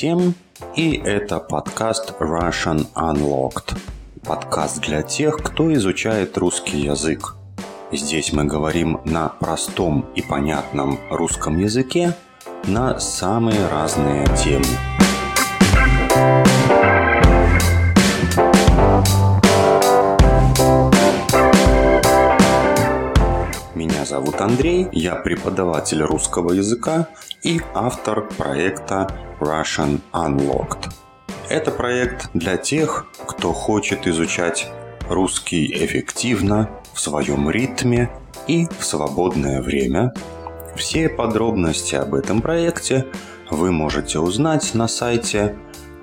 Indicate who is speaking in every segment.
Speaker 1: всем, и это подкаст Russian Unlocked. Подкаст для тех, кто изучает русский язык. Здесь мы говорим на простом и понятном русском языке на самые разные темы. Меня зовут Андрей, я преподаватель русского языка и автор проекта Russian Unlocked. Это проект для тех, кто хочет изучать русский эффективно, в своем ритме и в свободное время. Все подробности об этом проекте вы можете узнать на сайте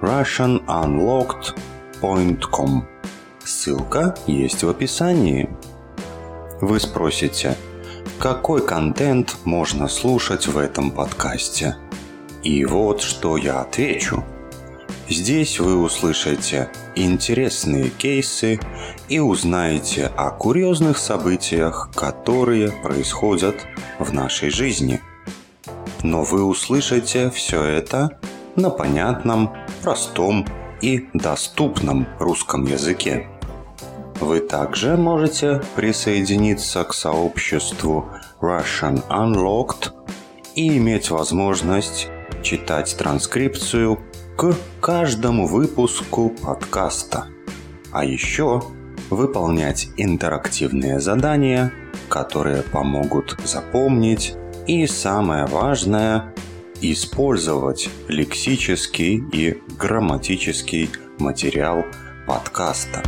Speaker 1: russianunlocked.com. Ссылка есть в описании. Вы спросите, какой контент можно слушать в этом подкасте? И вот что я отвечу. Здесь вы услышите интересные кейсы и узнаете о курьезных событиях, которые происходят в нашей жизни. Но вы услышите все это на понятном, простом и доступном русском языке. Вы также можете присоединиться к сообществу Russian Unlocked и иметь возможность читать транскрипцию к каждому выпуску подкаста. А еще выполнять интерактивные задания, которые помогут запомнить и, самое важное, использовать лексический и грамматический материал подкаста.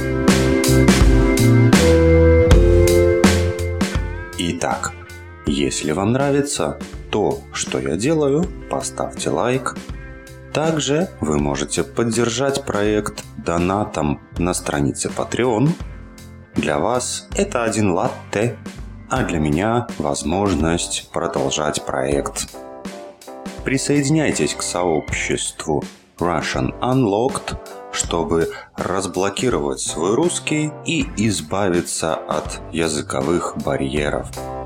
Speaker 1: Итак, если вам нравится то, что я делаю, поставьте лайк. Также вы можете поддержать проект донатом на странице Patreon. Для вас это 1 латте, а для меня возможность продолжать проект. Присоединяйтесь к сообществу Russian Unlocked, чтобы разблокировать свой русский и избавиться от языковых барьеров.